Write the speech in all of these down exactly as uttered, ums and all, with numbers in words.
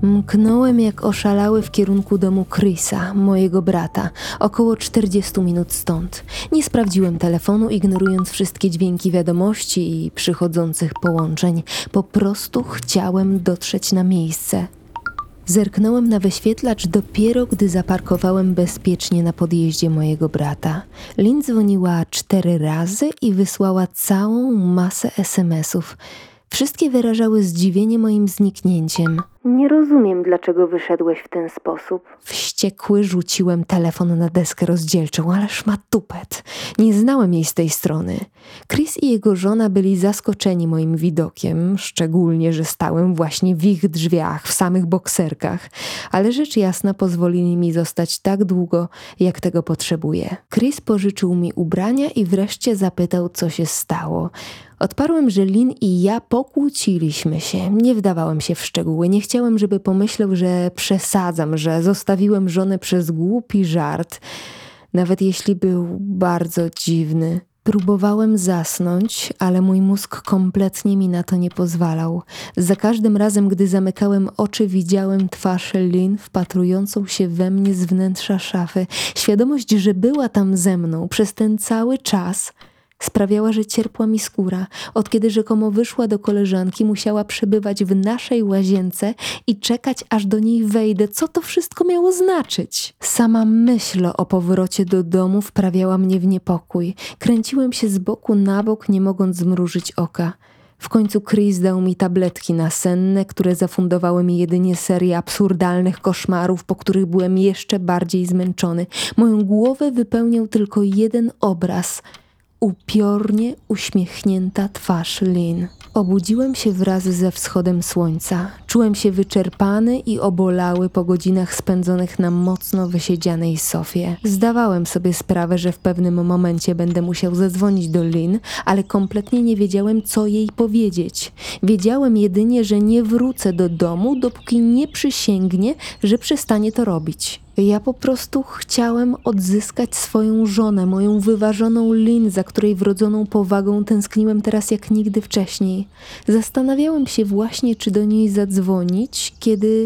Mknąłem jak oszalały w kierunku domu Chrisa, mojego brata, około czterdzieści minut stąd. Nie sprawdziłem telefonu, ignorując wszystkie dźwięki wiadomości i przychodzących połączeń. Po prostu chciałem dotrzeć na miejsce. Zerknąłem na wyświetlacz dopiero, gdy zaparkowałem bezpiecznie na podjeździe mojego brata. Lynn dzwoniła cztery razy i wysłała całą masę es em esów. Wszystkie wyrażały zdziwienie moim zniknięciem. Nie rozumiem, dlaczego wyszedłeś w ten sposób. Wściekły rzuciłem telefon na deskę rozdzielczą, ależ ma tupet. Nie znałem jej z tej strony. Chris i jego żona byli zaskoczeni moim widokiem, szczególnie, że stałem właśnie w ich drzwiach, w samych bokserkach. Ale rzecz jasna pozwolili mi zostać tak długo, jak tego potrzebuję. Chris pożyczył mi ubrania i wreszcie zapytał, co się stało. Odparłem, że Lynn i ja pokłóciliśmy się. Nie wdawałem się w szczegóły. Nie chciałem, żeby pomyślał, że przesadzam, że zostawiłem żonę przez głupi żart. Nawet jeśli był bardzo dziwny. Próbowałem zasnąć, ale mój mózg kompletnie mi na to nie pozwalał. Za każdym razem, gdy zamykałem oczy, widziałem twarz Lynn wpatrującą się we mnie z wnętrza szafy. Świadomość, że była tam ze mną przez ten cały czas, sprawiała, że cierpła mi skóra. Od kiedy rzekomo wyszła do koleżanki, musiała przebywać w naszej łazience i czekać, aż do niej wejdę. Co to wszystko miało znaczyć? Sama myśl o powrocie do domu wprawiała mnie w niepokój. Kręciłem się z boku na bok, nie mogąc zmrużyć oka. W końcu Chris dał mi tabletki nasenne, które zafundowały mi jedynie serię absurdalnych koszmarów, po których byłem jeszcze bardziej zmęczony. Moją głowę wypełniał tylko jeden obraz – upiornie uśmiechnięta twarz Lynn. Obudziłem się wraz ze wschodem słońca. Czułem się wyczerpany i obolały po godzinach spędzonych na mocno wysiedzianej sofie. Zdawałem sobie sprawę, że w pewnym momencie będę musiał zadzwonić do Lynn, ale kompletnie nie wiedziałem, co jej powiedzieć. Wiedziałem jedynie, że nie wrócę do domu, dopóki nie przysięgnie, że przestanie to robić. Ja po prostu chciałem odzyskać swoją żonę, moją wyważoną Lynn, za której wrodzoną powagą tęskniłem teraz jak nigdy wcześniej. Zastanawiałem się właśnie, czy do niej zadzwonić, kiedy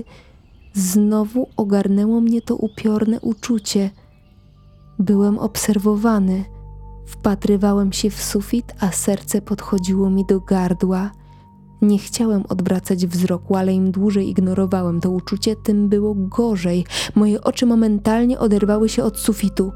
znowu ogarnęło mnie to upiorne uczucie. Byłem obserwowany. Wpatrywałem się w sufit, a serce podchodziło mi do gardła. Nie chciałem odwracać wzroku, ale im dłużej ignorowałem to uczucie, tym było gorzej. Moje oczy momentalnie oderwały się od sufitu.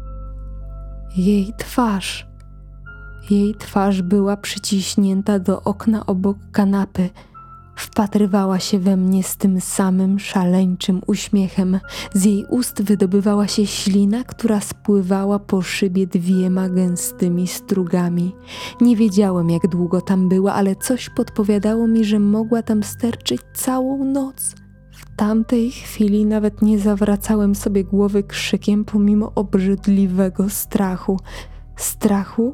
Jej twarz. Jej twarz była przyciśnięta do okna obok kanapy. Wpatrywała się we mnie z tym samym szaleńczym uśmiechem. Z jej ust wydobywała się ślina, która spływała po szybie dwiema gęstymi strugami. Nie wiedziałem, jak długo tam była, ale coś podpowiadało mi, że mogła tam sterczyć całą noc. W tamtej chwili nawet nie zawracałem sobie głowy krzykiem, pomimo obrzydliwego strachu. Strachu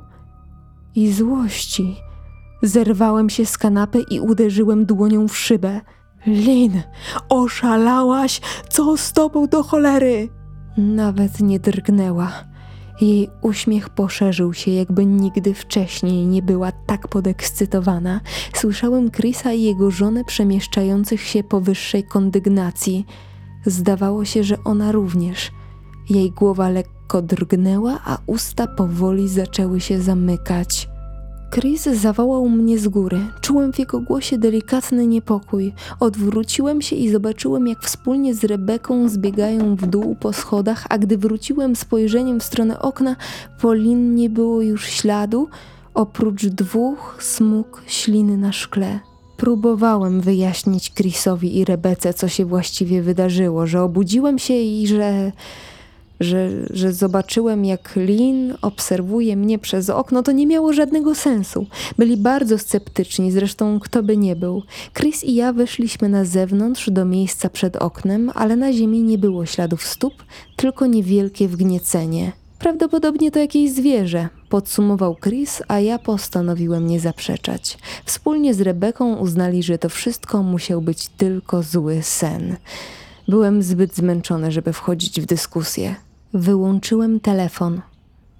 i złości. Zerwałem się z kanapy i uderzyłem dłonią w szybę. Lynn, oszalałaś? Co z tobą do cholery? Nawet nie drgnęła. Jej uśmiech poszerzył się, jakby nigdy wcześniej nie była tak podekscytowana. Słyszałem Chrisa i jego żonę przemieszczających się po wyższej kondygnacji. Zdawało się, że ona również. Jej głowa lekko drgnęła, a usta powoli zaczęły się zamykać. Chris zawołał mnie z góry. Czułem w jego głosie delikatny niepokój. Odwróciłem się i zobaczyłem, jak wspólnie z Rebeką zbiegają w dół po schodach, a gdy wróciłem spojrzeniem w stronę okna, po Lynn nie było już śladu, oprócz dwóch smug śliny na szkle. Próbowałem wyjaśnić Chrisowi i Rebece, co się właściwie wydarzyło, że obudziłem się i że... Że, że zobaczyłem, jak Lynn obserwuje mnie przez okno, to nie miało żadnego sensu. Byli bardzo sceptyczni, zresztą kto by nie był. Chris i ja wyszliśmy na zewnątrz do miejsca przed oknem, ale na ziemi nie było śladów stóp, tylko niewielkie wgniecenie. Prawdopodobnie to jakieś zwierzę, podsumował Chris, a ja postanowiłem nie zaprzeczać. Wspólnie z Rebeką uznali, że to wszystko musiał być tylko zły sen. Byłem zbyt zmęczony, żeby wchodzić w dyskusję. Wyłączyłem telefon.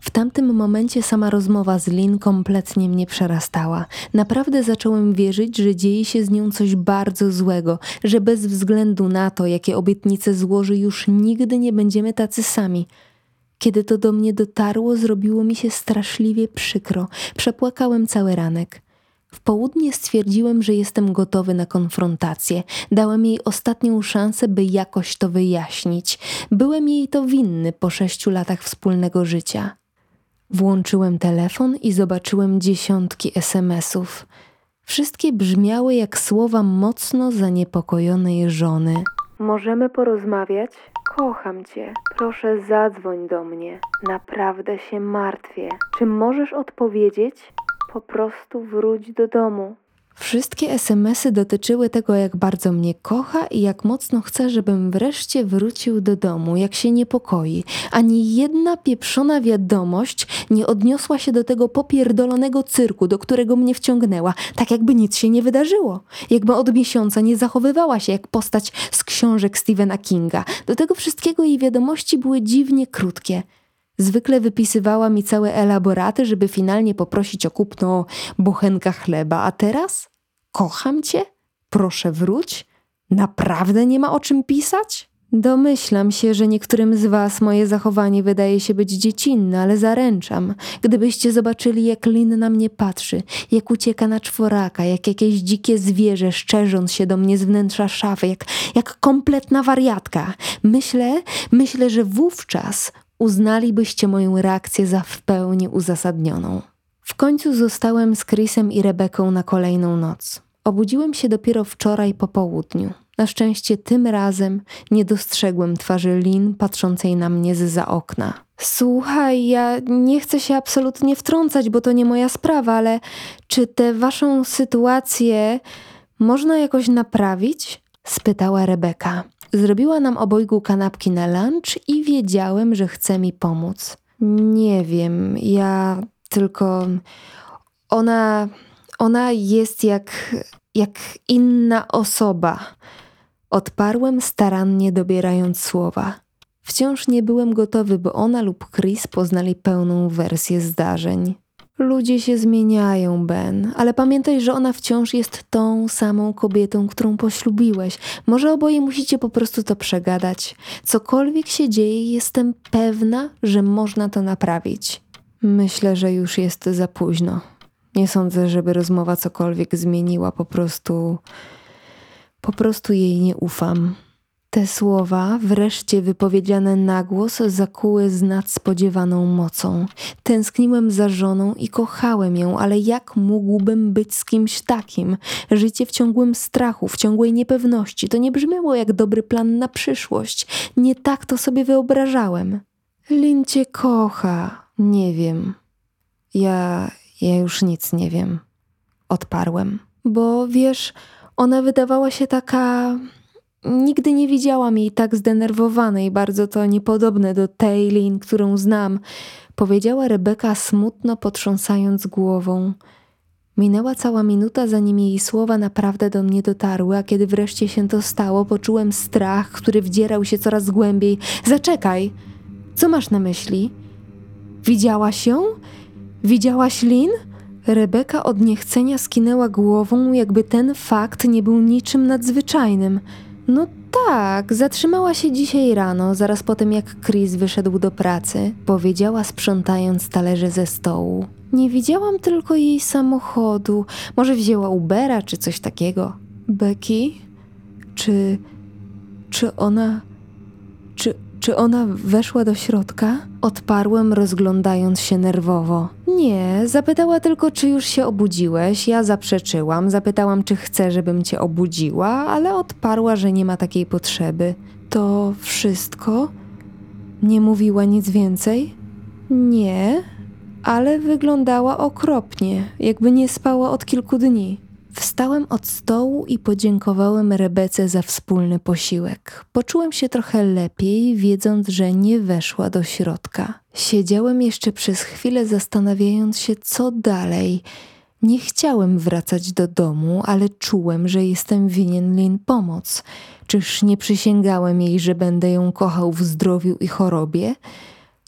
W tamtym momencie sama rozmowa z Lynn kompletnie mnie przerastała. Naprawdę zacząłem wierzyć, że dzieje się z nią coś bardzo złego, że bez względu na to, jakie obietnice złoży, już nigdy nie będziemy tacy sami. Kiedy to do mnie dotarło, zrobiło mi się straszliwie przykro. Przepłakałem cały ranek. W południe stwierdziłem, że jestem gotowy na konfrontację. Dałem jej ostatnią szansę, by jakoś to wyjaśnić. Byłem jej to winny po sześciu latach wspólnego życia. Włączyłem telefon i zobaczyłem dziesiątki esemesów. Wszystkie brzmiały jak słowa mocno zaniepokojonej żony. Możemy porozmawiać? Kocham cię. Proszę zadzwoń do mnie. Naprawdę się martwię. Czy możesz odpowiedzieć? Po prostu wróć do domu. Wszystkie esemesy dotyczyły tego, jak bardzo mnie kocha i jak mocno chce, żebym wreszcie wrócił do domu, jak się niepokoi. Ani jedna pieprzona wiadomość nie odniosła się do tego popierdolonego cyrku, do którego mnie wciągnęła, tak jakby nic się nie wydarzyło. Jakby od miesiąca nie zachowywała się jak postać z książek Stephena Kinga. Do tego wszystkiego jej wiadomości były dziwnie krótkie. Zwykle wypisywała mi całe elaboraty, żeby finalnie poprosić o kupno bochenka chleba. A teraz? Kocham cię? Proszę wróć? Naprawdę nie ma o czym pisać? Domyślam się, że niektórym z was moje zachowanie wydaje się być dziecinne, ale zaręczam. Gdybyście zobaczyli, jak Lynn na mnie patrzy, jak ucieka na czworaka, jak jakieś dzikie zwierzę szczerząc się do mnie z wnętrza szafy, jak, jak kompletna wariatka. Myślę, myślę, że wówczas uznalibyście moją reakcję za w pełni uzasadnioną. W końcu zostałem z Chrisem i Rebeką na kolejną noc. Obudziłem się dopiero wczoraj po południu. Na szczęście tym razem nie dostrzegłem twarzy Lynn patrzącej na mnie zza okna. Słuchaj, ja nie chcę się absolutnie wtrącać, bo to nie moja sprawa, ale czy tę waszą sytuację można jakoś naprawić? Spytała Rebeka. Zrobiła nam obojgu kanapki na lunch i wiedziałem, że chce mi pomóc. Nie wiem, ja tylko... Ona... Ona jest jak... jak inna osoba. Odparłem starannie dobierając słowa. Wciąż nie byłem gotowy, by ona lub Chris poznali pełną wersję zdarzeń. Ludzie się zmieniają, Ben, ale pamiętaj, że ona wciąż jest tą samą kobietą, którą poślubiłeś. Może oboje musicie po prostu to przegadać. Cokolwiek się dzieje, jestem pewna, że można to naprawić. Myślę, że już jest za późno. Nie sądzę, żeby rozmowa cokolwiek zmieniła, po prostu... Po prostu jej nie ufam. Te słowa, wreszcie wypowiedziane na głos, zakuły z nadspodziewaną mocą. Tęskniłem za żoną i kochałem ją, ale jak mógłbym być z kimś takim? Życie w ciągłym strachu, w ciągłej niepewności. To nie brzmiało jak dobry plan na przyszłość. Nie tak to sobie wyobrażałem. Lynn cię kocha. Nie wiem. Ja... ja już nic nie wiem. Odparłem. Bo wiesz, ona wydawała się taka... Nigdy nie widziałam jej tak zdenerwowanej, bardzo to niepodobne do tej Lynn, którą znam, powiedziała Rebeka smutno potrząsając głową. Minęła cała minuta, zanim jej słowa naprawdę do mnie dotarły, a kiedy wreszcie się to stało, poczułem strach, który wdzierał się coraz głębiej. Zaczekaj! Co masz na myśli? Widziałaś ją? Widziałaś Lynn? Rebeka od niechcenia skinęła głową, jakby ten fakt nie był niczym nadzwyczajnym. No tak, zatrzymała się dzisiaj rano, zaraz po tym jak Chris wyszedł do pracy, powiedziała sprzątając talerze ze stołu. Nie widziałam tylko jej samochodu, może wzięła Ubera czy coś takiego. Becky? Czy... czy ona... czy... czy ona weszła do środka? Odparłem, rozglądając się nerwowo. Nie, zapytała tylko, czy już się obudziłeś. Ja zaprzeczyłam, zapytałam, czy chce, żebym cię obudziła, ale odparła, że nie ma takiej potrzeby. To wszystko? Nie mówiła nic więcej? Nie, ale wyglądała okropnie, jakby nie spała od kilku dni. Wstałem od stołu i podziękowałem Rebece za wspólny posiłek. Poczułem się trochę lepiej, wiedząc, że nie weszła do środka. Siedziałem jeszcze przez chwilę, zastanawiając się, co dalej. Nie chciałem wracać do domu, ale czułem, że jestem winien Lynn pomoc. Czyż nie przysięgałem jej, że będę ją kochał w zdrowiu i chorobie?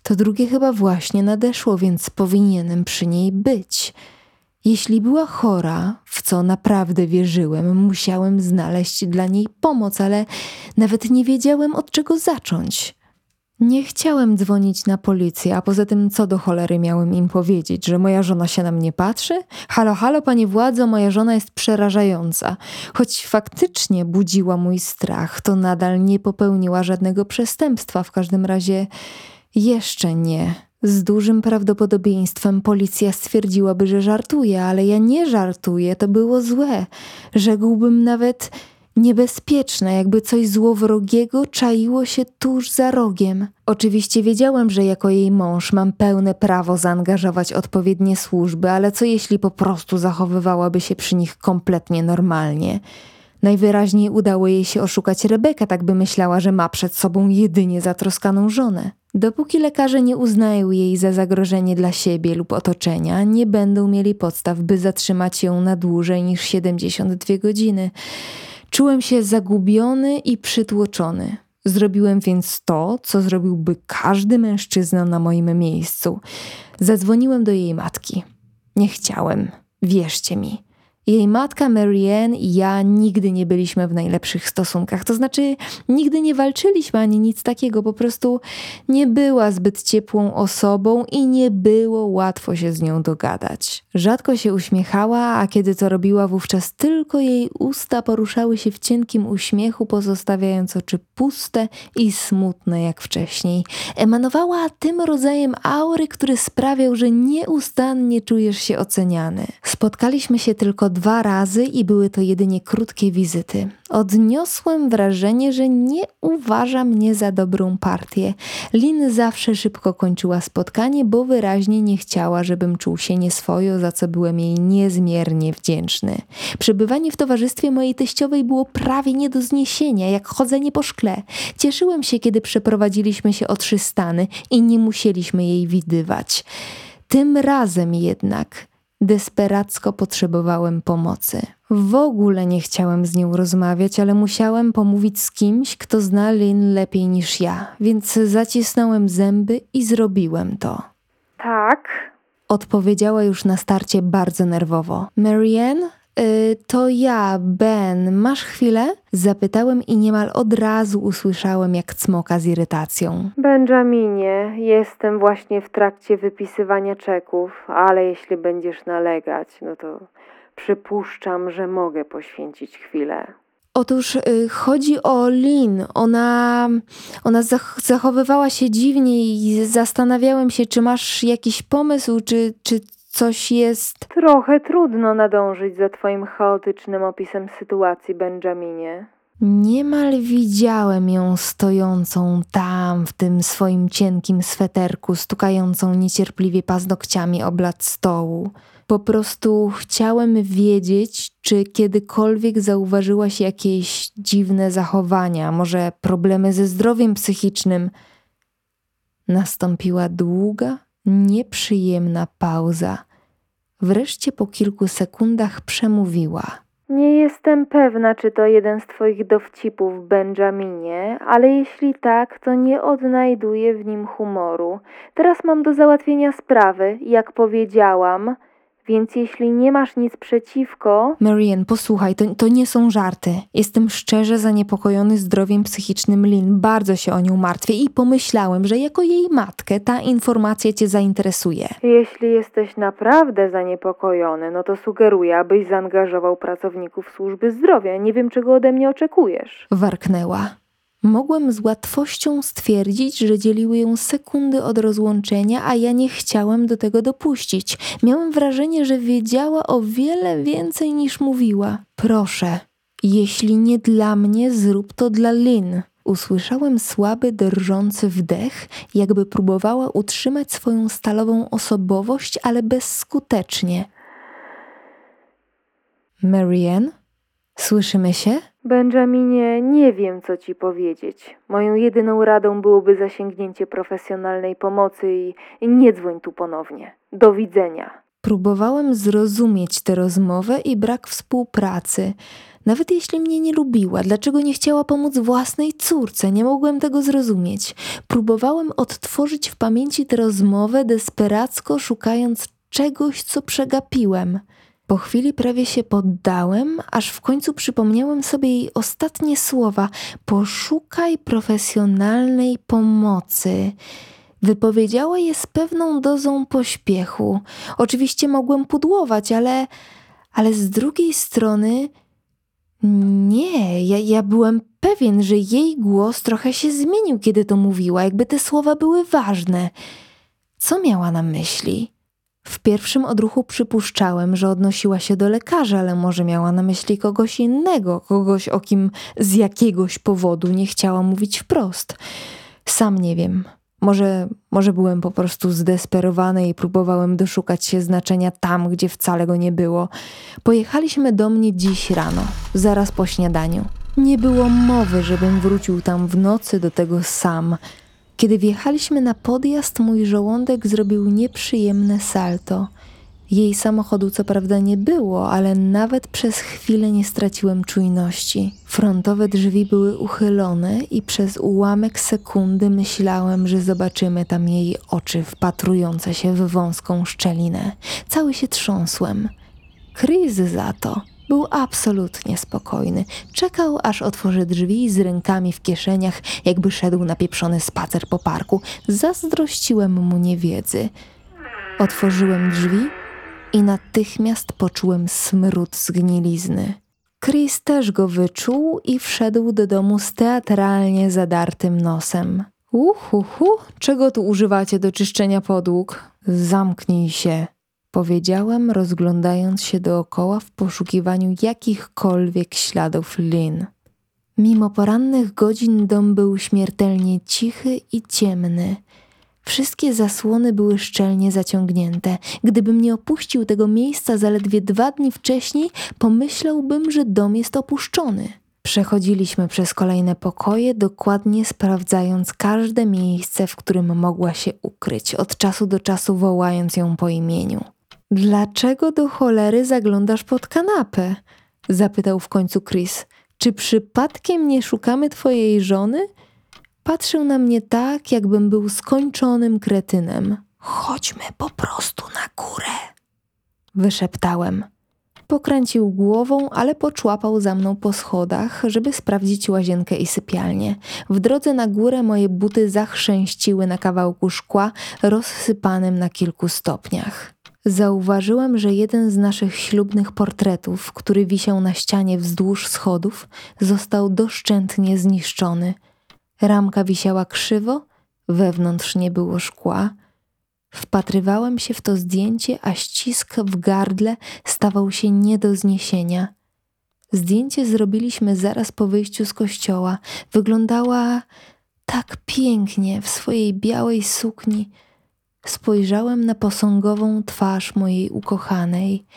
To drugie chyba właśnie nadeszło, więc powinienem przy niej być. Jeśli była chora, w co naprawdę wierzyłem, musiałem znaleźć dla niej pomoc, ale nawet nie wiedziałem, od czego zacząć. Nie chciałem dzwonić na policję, a poza tym co do cholery miałem im powiedzieć, że moja żona się na mnie patrzy? Halo, halo, panie władzo, moja żona jest przerażająca. Choć faktycznie budziła mój strach, to nadal nie popełniła żadnego przestępstwa, w każdym razie jeszcze nie. Z dużym prawdopodobieństwem policja stwierdziłaby, że żartuję, ale ja nie żartuję, to było złe. Rzekłbym nawet niebezpieczne, jakby coś złowrogiego czaiło się tuż za rogiem. Oczywiście wiedziałem, że jako jej mąż mam pełne prawo zaangażować odpowiednie służby, ale co jeśli po prostu zachowywałaby się przy nich kompletnie normalnie? Najwyraźniej udało jej się oszukać Rebekę, tak by myślała, że ma przed sobą jedynie zatroskaną żonę. Dopóki lekarze nie uznają jej za zagrożenie dla siebie lub otoczenia, nie będą mieli podstaw, by zatrzymać ją na dłużej niż siedemdziesiąt dwie godziny. Czułem się zagubiony i przytłoczony. Zrobiłem więc to, co zrobiłby każdy mężczyzna na moim miejscu. Zadzwoniłem do jej matki. Nie chciałem, wierzcie mi. Jej matka Marianne i ja nigdy nie byliśmy w najlepszych stosunkach. To znaczy, nigdy nie walczyliśmy ani nic takiego. Po prostu nie była zbyt ciepłą osobą i nie było łatwo się z nią dogadać. Rzadko się uśmiechała, a kiedy to robiła, wówczas tylko jej usta poruszały się w cienkim uśmiechu, pozostawiając oczy puste i smutne jak wcześniej. Emanowała tym rodzajem aury, który sprawiał, że nieustannie czujesz się oceniany. Spotkaliśmy się tylko dwa razy i były to jedynie krótkie wizyty. Odniosłem wrażenie, że nie uważa mnie za dobrą partię. Lynn zawsze szybko kończyła spotkanie, bo wyraźnie nie chciała, żebym czuł się nieswojo, za co byłem jej niezmiernie wdzięczny. Przebywanie w towarzystwie mojej teściowej było prawie nie do zniesienia, jak chodzenie po szkle. Cieszyłem się, kiedy przeprowadziliśmy się o trzy stany i nie musieliśmy jej widywać. Tym razem jednak desperacko potrzebowałem pomocy. W ogóle nie chciałem z nią rozmawiać, ale musiałem pomówić z kimś, kto zna Lynn lepiej niż ja, więc zacisnąłem zęby i zrobiłem to. Tak? Odpowiedziała już na starcie bardzo nerwowo. Marianne? Yy, to ja, Ben. Masz chwilę? Zapytałem i niemal od razu usłyszałem, jak cmoka z irytacją. Benjaminie, jestem właśnie w trakcie wypisywania czeków, ale jeśli będziesz nalegać, no to przypuszczam, że mogę poświęcić chwilę. Otóż y, chodzi o Lynn. Ona, ona zach- zachowywała się dziwnie i zastanawiałem się, czy masz jakiś pomysł, czy, czy coś jest... Trochę trudno nadążyć za twoim chaotycznym opisem sytuacji, Benjaminie. Niemal widziałem ją stojącą tam w tym swoim cienkim sweterku, stukającą niecierpliwie paznokciami o blat stołu. Po prostu chciałem wiedzieć, czy kiedykolwiek zauważyłaś jakieś dziwne zachowania, może problemy ze zdrowiem psychicznym. Nastąpiła długa, nieprzyjemna pauza. Wreszcie po kilku sekundach przemówiła. Nie jestem pewna, czy to jeden z twoich dowcipów, Benjaminie, ale jeśli tak, to nie odnajduję w nim humoru. Teraz mam do załatwienia sprawy, jak powiedziałam, więc jeśli nie masz nic przeciwko... Marianne, posłuchaj, to, to nie są żarty. Jestem szczerze zaniepokojony zdrowiem psychicznym Lynn. Bardzo się o nią martwię i pomyślałem, że jako jej matkę ta informacja cię zainteresuje. Jeśli jesteś naprawdę zaniepokojony, no to sugeruję, abyś zaangażował pracowników służby zdrowia. Nie wiem, czego ode mnie oczekujesz. Warknęła. Mogłem z łatwością stwierdzić, że dzieliły ją sekundy od rozłączenia, a ja nie chciałem do tego dopuścić. Miałem wrażenie, że wiedziała o wiele więcej niż mówiła. Proszę, jeśli nie dla mnie, zrób to dla Lynn. Usłyszałem słaby, drżący wdech, jakby próbowała utrzymać swoją stalową osobowość, ale bezskutecznie. Marianne? Słyszymy się? Benjaminie, nie wiem, co ci powiedzieć. Moją jedyną radą byłoby zasięgnięcie profesjonalnej pomocy i nie dzwoń tu ponownie. Do widzenia. Próbowałem zrozumieć tę rozmowę i brak współpracy. Nawet jeśli mnie nie lubiła, dlaczego nie chciała pomóc własnej córce? Nie mogłem tego zrozumieć. Próbowałem odtworzyć w pamięci tę rozmowę, desperacko szukając czegoś, co przegapiłem. Po chwili prawie się poddałem, aż w końcu przypomniałem sobie jej ostatnie słowa. Poszukaj profesjonalnej pomocy. Wypowiedziała je z pewną dozą pośpiechu. Oczywiście mogłem pudłować, ale, ale z drugiej strony nie, ja, ja byłem pewien, że jej głos trochę się zmienił, kiedy to mówiła, jakby te słowa były ważne. Co miała na myśli? W pierwszym odruchu przypuszczałem, że odnosiła się do lekarza, ale może miała na myśli kogoś innego, kogoś, o kim z jakiegoś powodu nie chciała mówić wprost. Sam nie wiem. Może, może byłem po prostu zdesperowany i próbowałem doszukać się znaczenia tam, gdzie wcale go nie było. Pojechaliśmy do mnie dziś rano, zaraz po śniadaniu. Nie było mowy, żebym wrócił tam w nocy, do tego sam. Kiedy wjechaliśmy na podjazd, mój żołądek zrobił nieprzyjemne salto. Jej samochodu co prawda nie było, ale nawet przez chwilę nie straciłem czujności. Frontowe drzwi były uchylone i przez ułamek sekundy myślałem, że zobaczymy tam jej oczy wpatrujące się w wąską szczelinę. Cały się trząsłem. Chris za to był absolutnie spokojny. Czekał, aż otworzę drzwi z rękami w kieszeniach, jakby szedł na pieprzony spacer po parku. Zazdrościłem mu niewiedzy. Otworzyłem drzwi i natychmiast poczułem smród zgnilizny. Chris też go wyczuł i wszedł do domu z teatralnie zadartym nosem. Uhuhu, czego tu używacie do czyszczenia podłóg? Zamknij się, powiedziałem, rozglądając się dookoła w poszukiwaniu jakichkolwiek śladów Lynn. Mimo porannych godzin dom był śmiertelnie cichy i ciemny. Wszystkie zasłony były szczelnie zaciągnięte. Gdybym nie opuścił tego miejsca zaledwie dwa dni wcześniej, pomyślałbym, że dom jest opuszczony. Przechodziliśmy przez kolejne pokoje, dokładnie sprawdzając każde miejsce, w którym mogła się ukryć, od czasu do czasu wołając ją po imieniu. Dlaczego do cholery zaglądasz pod kanapę? Zapytał w końcu Chris. Czy przypadkiem nie szukamy twojej żony? Patrzył na mnie tak, jakbym był skończonym kretynem. Chodźmy po prostu na górę, wyszeptałem. Pokręcił głową, ale poczłapał za mną po schodach, żeby sprawdzić łazienkę i sypialnię. W drodze na górę moje buty zachrzęściły na kawałku szkła rozsypanym na kilku stopniach. Zauważyłem, że jeden z naszych ślubnych portretów, który wisiał na ścianie wzdłuż schodów, został doszczętnie zniszczony. Ramka wisiała krzywo, wewnątrz nie było szkła. Wpatrywałem się w to zdjęcie, a ścisk w gardle stawał się nie do zniesienia. Zdjęcie zrobiliśmy zaraz po wyjściu z kościoła. Wyglądała tak pięknie w swojej białej sukni. Spojrzałem na posągową twarz mojej ukochanej.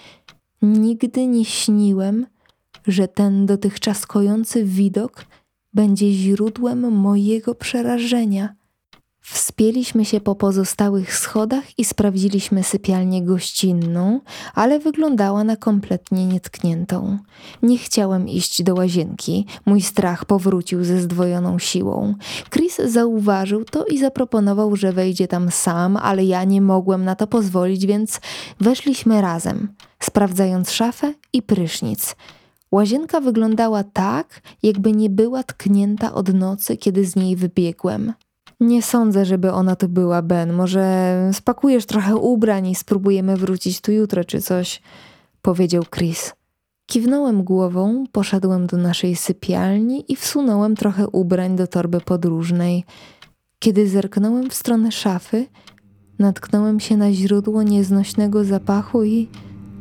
Nigdy nie śniłem, że ten dotychczas kojący widok będzie źródłem mojego przerażenia. Wspięliśmy się po pozostałych schodach i sprawdziliśmy sypialnię gościnną, ale wyglądała na kompletnie nietkniętą. Nie chciałem iść do łazienki. Mój strach powrócił ze zdwojoną siłą. Chris zauważył to i zaproponował, że wejdzie tam sam, ale ja nie mogłem na to pozwolić, więc weszliśmy razem, sprawdzając szafę i prysznic. Łazienka wyglądała tak, jakby nie była tknięta od nocy, kiedy z niej wybiegłem. Nie sądzę, żeby ona tu była, Ben. Może spakujesz trochę ubrań i spróbujemy wrócić tu jutro czy coś, powiedział Chris. Kiwnąłem głową, poszedłem do naszej sypialni i wsunąłem trochę ubrań do torby podróżnej. Kiedy zerknąłem w stronę szafy, natknąłem się na źródło nieznośnego zapachu i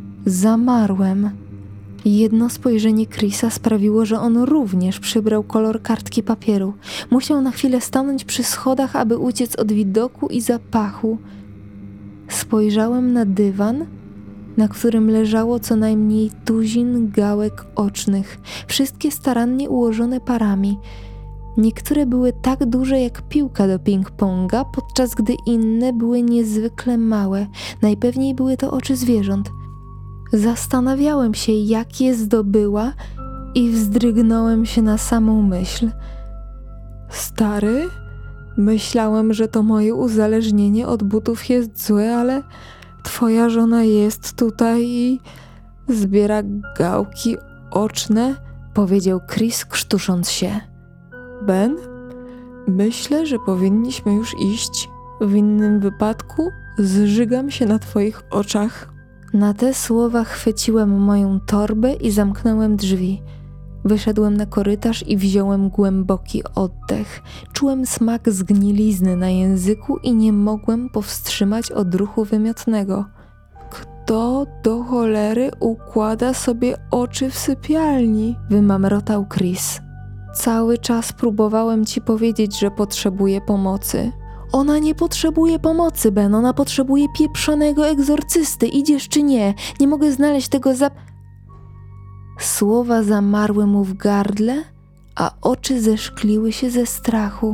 zamarłem. Jedno spojrzenie Chrisa sprawiło, że on również przybrał kolor kartki papieru. Musiał na chwilę stanąć przy schodach, aby uciec od widoku i zapachu. Spojrzałem na dywan, na którym leżało co najmniej tuzin gałek ocznych, wszystkie starannie ułożone parami. Niektóre były tak duże jak piłka do ping-ponga, podczas gdy inne były niezwykle małe. Najpewniej były to oczy zwierząt. Zastanawiałem się, jak je zdobyła i wzdrygnąłem się na samą myśl. Stary, myślałem, że to moje uzależnienie od butów jest złe, ale twoja żona jest tutaj i zbiera gałki oczne, powiedział Chris, krztusząc się. Ben, myślę, że powinniśmy już iść. W innym wypadku zżygam się na twoich oczach. Na te słowa chwyciłem moją torbę i zamknąłem drzwi. Wyszedłem na korytarz i wziąłem głęboki oddech. Czułem smak zgnilizny na języku i nie mogłem powstrzymać odruchu wymiotnego. Kto do cholery układa sobie oczy w sypialni? Wymamrotał Chris. Cały czas próbowałem ci powiedzieć, że potrzebuje pomocy. Ona nie potrzebuje pomocy, Ben, ona potrzebuje pieprzonego egzorcysty. Idziesz czy nie? Nie mogę znaleźć tego zap... Słowa zamarły mu w gardle, a oczy zeszkliły się ze strachu.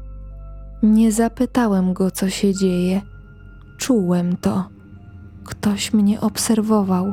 Nie zapytałem go, co się dzieje. Czułem to. Ktoś mnie obserwował.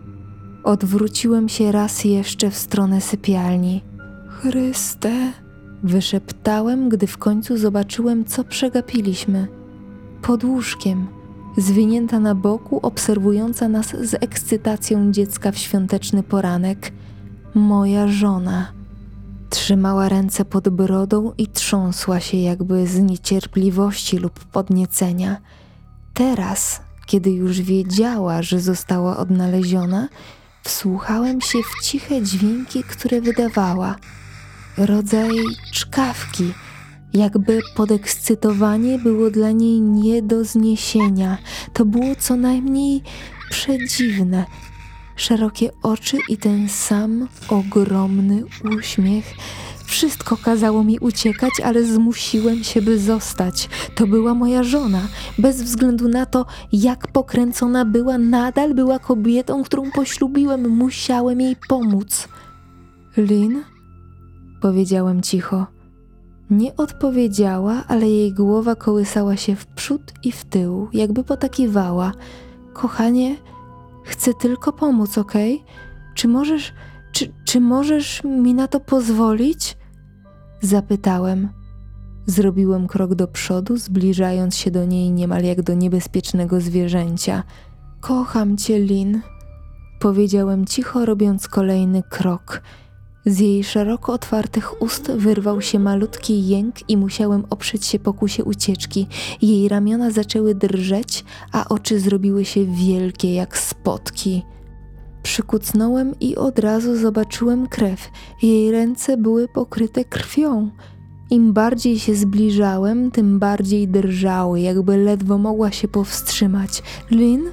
Odwróciłem się raz jeszcze w stronę sypialni. Chryste, wyszeptałem, gdy w końcu zobaczyłem, co przegapiliśmy. Pod łóżkiem, zwinięta na boku, obserwująca nas z ekscytacją dziecka w świąteczny poranek, moja żona. Trzymała ręce pod brodą i trząsła się jakby z niecierpliwości lub podniecenia. Teraz, kiedy już wiedziała, że została odnaleziona, wsłuchałem się w ciche dźwięki, które wydawała. Rodzaj czkawki, jakby podekscytowanie było dla niej nie do zniesienia. To było co najmniej przedziwne. Szerokie oczy i ten sam ogromny uśmiech. Wszystko kazało mi uciekać, ale zmusiłem się, by zostać. To była moja żona. Bez względu na to, jak pokręcona była, nadal była kobietą, którą poślubiłem. Musiałem jej pomóc. Lynn? Powiedziałem cicho. Nie odpowiedziała, ale jej głowa kołysała się w przód i w tył, jakby potakiwała. Kochanie, chcę tylko pomóc, okej? Okay? Czy możesz, czy, czy możesz mi na to pozwolić? Zapytałem. Zrobiłem krok do przodu, zbliżając się do niej niemal jak do niebezpiecznego zwierzęcia. Kocham cię, Lynn, powiedziałem cicho, robiąc kolejny krok. Z jej szeroko otwartych ust wyrwał się malutki jęk i musiałem oprzeć się pokusie ucieczki. Jej ramiona zaczęły drżeć, a oczy zrobiły się wielkie jak spotki. Przykucnąłem i od razu zobaczyłem krew. Jej ręce były pokryte krwią. Im bardziej się zbliżałem, tym bardziej drżały, jakby ledwo mogła się powstrzymać. Lynn?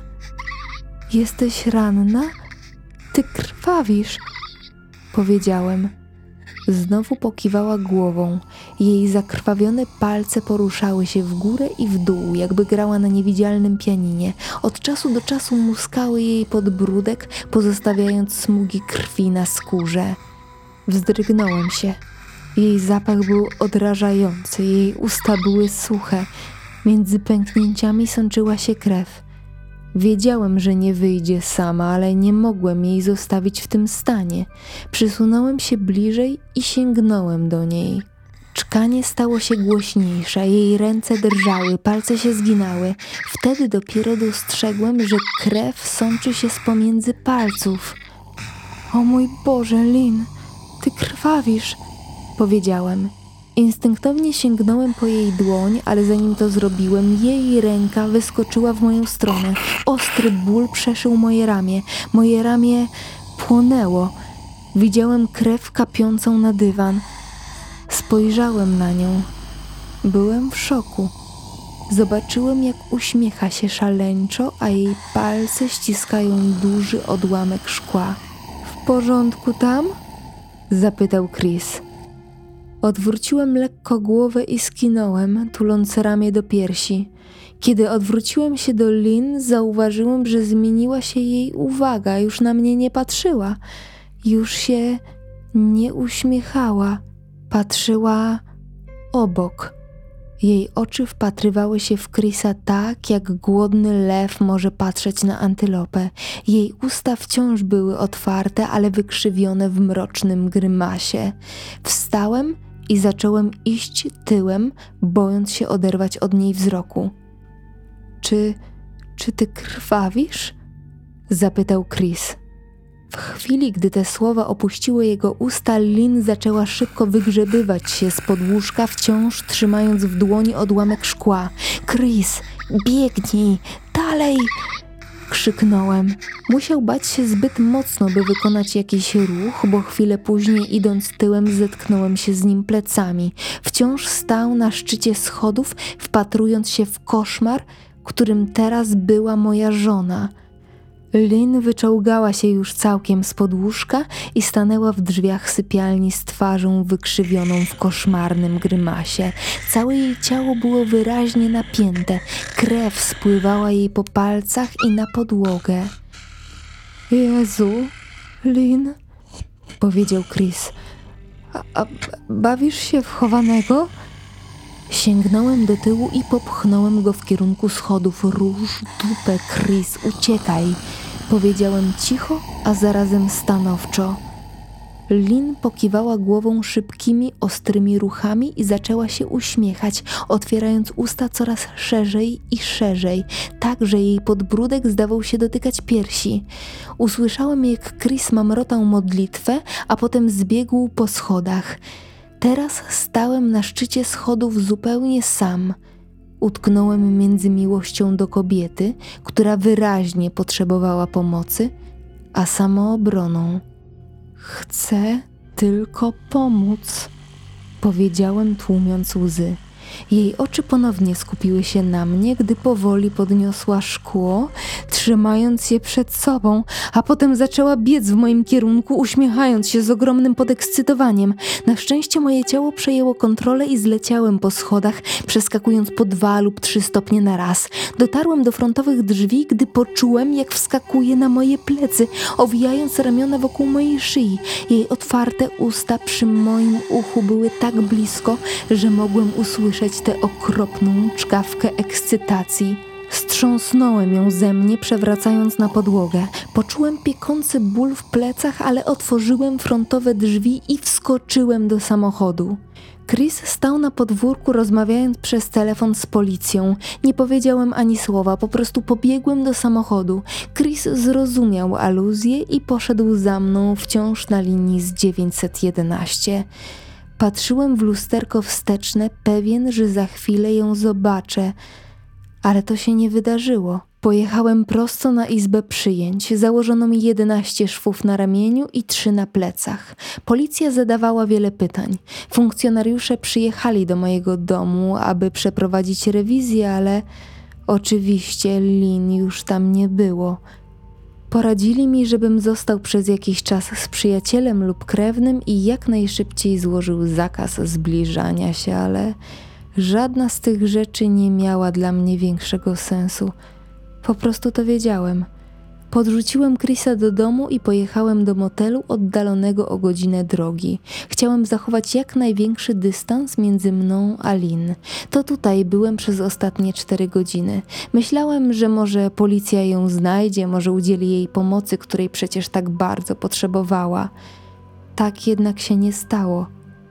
Jesteś ranna? Ty krwawisz, powiedziałem. Znowu pokiwała głową. Jej zakrwawione palce poruszały się w górę i w dół, jakby grała na niewidzialnym pianinie. Od czasu do czasu muskały jej podbródek, pozostawiając smugi krwi na skórze. Wzdrygnąłem się. Jej zapach był odrażający, jej usta były suche. Między pęknięciami sączyła się krew. Wiedziałem, że nie wyjdzie sama, ale nie mogłem jej zostawić w tym stanie. Przysunąłem się bliżej i sięgnąłem do niej. Czkanie stało się głośniejsze, jej ręce drżały, palce się zginały. Wtedy dopiero dostrzegłem, że krew sączy się z pomiędzy palców. O mój Boże, Lynn, ty krwawisz, powiedziałem. Instynktownie sięgnąłem po jej dłoń, ale zanim to zrobiłem, jej ręka wyskoczyła w moją stronę. Ostry ból przeszył moje ramię. Moje ramię płonęło. Widziałem krew kapiącą na dywan. Spojrzałem na nią. Byłem w szoku. Zobaczyłem, jak uśmiecha się szaleńczo, a jej palce ściskają duży odłamek szkła. W porządku tam? Zapytał Chris. Odwróciłem lekko głowę i skinąłem, tuląc ramię do piersi. Kiedy odwróciłem się do Lynn, zauważyłem, że zmieniła się jej uwaga, już na mnie nie patrzyła. Już się nie uśmiechała. Patrzyła obok. Jej oczy wpatrywały się w Chrisa tak, jak głodny lew może patrzeć na antylopę. Jej usta wciąż były otwarte, ale wykrzywione w mrocznym grymasie. Wstałem i zacząłem iść tyłem, bojąc się oderwać od niej wzroku. Czy, czy ty krwawisz? Zapytał Chris. W chwili, gdy te słowa opuściły jego usta, Lynn zaczęła szybko wygrzebywać się spod łóżka, wciąż trzymając w dłoni odłamek szkła. Chris, biegnij, dalej! Krzyknąłem. Musiał bać się zbyt mocno, by wykonać jakiś ruch, bo chwilę później, idąc tyłem, zetknąłem się z nim plecami. Wciąż stał na szczycie schodów, wpatrując się w koszmar, którym teraz była moja żona. Lynn wyczołgała się już całkiem spod łóżka i stanęła w drzwiach sypialni z twarzą wykrzywioną w koszmarnym grymasie. Całe jej ciało było wyraźnie napięte, krew spływała jej po palcach i na podłogę. Jezu, Lynn, powiedział Chris, a, a bawisz się w chowanego? Sięgnąłem do tyłu i popchnąłem go w kierunku schodów. Róż dupę, Chris, uciekaj! Powiedziałem cicho, a zarazem stanowczo. Lynn pokiwała głową szybkimi, ostrymi ruchami i zaczęła się uśmiechać, otwierając usta coraz szerzej i szerzej, tak, że jej podbródek zdawał się dotykać piersi. Usłyszałem, jak Chris mamrotał modlitwę, a potem zbiegł po schodach. Teraz stałem na szczycie schodów zupełnie sam. Utknąłem między miłością do kobiety, która wyraźnie potrzebowała pomocy, a samoobroną. Chcę tylko pomóc, powiedziałem, tłumiąc łzy. Jej oczy ponownie skupiły się na mnie, gdy powoli podniosła szkło, trzymając je przed sobą, a potem zaczęła biec w moim kierunku, uśmiechając się z ogromnym podekscytowaniem. Na szczęście moje ciało przejęło kontrolę i zleciałem po schodach, przeskakując po dwa lub trzy stopnie na raz. Dotarłem do frontowych drzwi, gdy poczułem, jak wskakuje na moje plecy, owijając ramiona wokół mojej szyi. Jej otwarte usta przy moim uchu były tak blisko, że mogłem usłyszeć tę okropną czkawkę ekscytacji. Strząsnąłem ją ze mnie, przewracając na podłogę. Poczułem piekący ból w plecach, ale otworzyłem frontowe drzwi i wskoczyłem do samochodu. Chris stał na podwórku, rozmawiając przez telefon z policją. Nie powiedziałem ani słowa, po prostu pobiegłem do samochodu. Chris zrozumiał aluzję i poszedł za mną, wciąż na linii z dziewięćset jedenaście. Patrzyłem w lusterko wsteczne, pewien, że za chwilę ją zobaczę, ale to się nie wydarzyło. Pojechałem prosto na izbę przyjęć. Założono mi jedenaście szwów na ramieniu i trzy na plecach. Policja zadawała wiele pytań. Funkcjonariusze przyjechali do mojego domu, aby przeprowadzić rewizję, ale oczywiście Lynn już tam nie było. Poradzili mi, żebym został przez jakiś czas z przyjacielem lub krewnym i jak najszybciej złożył zakaz zbliżania się, ale żadna z tych rzeczy nie miała dla mnie większego sensu. Po prostu to wiedziałem. Podrzuciłem Chrisa do domu i pojechałem do motelu oddalonego o godzinę drogi. Chciałem zachować jak największy dystans między mną a Lynn. To tutaj byłem przez ostatnie cztery godziny. Myślałem, że może policja ją znajdzie, może udzieli jej pomocy, której przecież tak bardzo potrzebowała. Tak jednak się nie stało.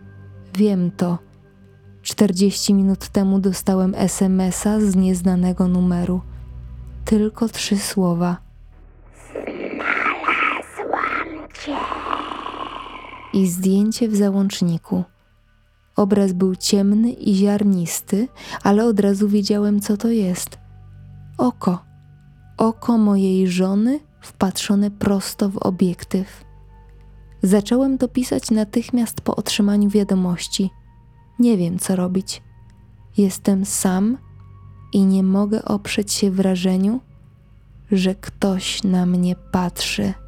Wiem to. czterdzieści minut temu dostałem es em es a z nieznanego numeru. Tylko trzy słowa. I zdjęcie w załączniku. Obraz był ciemny i ziarnisty, ale od razu wiedziałem, co to jest. Oko. Oko mojej żony wpatrzone prosto w obiektyw. Zacząłem to pisać natychmiast po otrzymaniu wiadomości. Nie wiem, co robić. Jestem sam i nie mogę oprzeć się wrażeniu, że ktoś na mnie patrzy.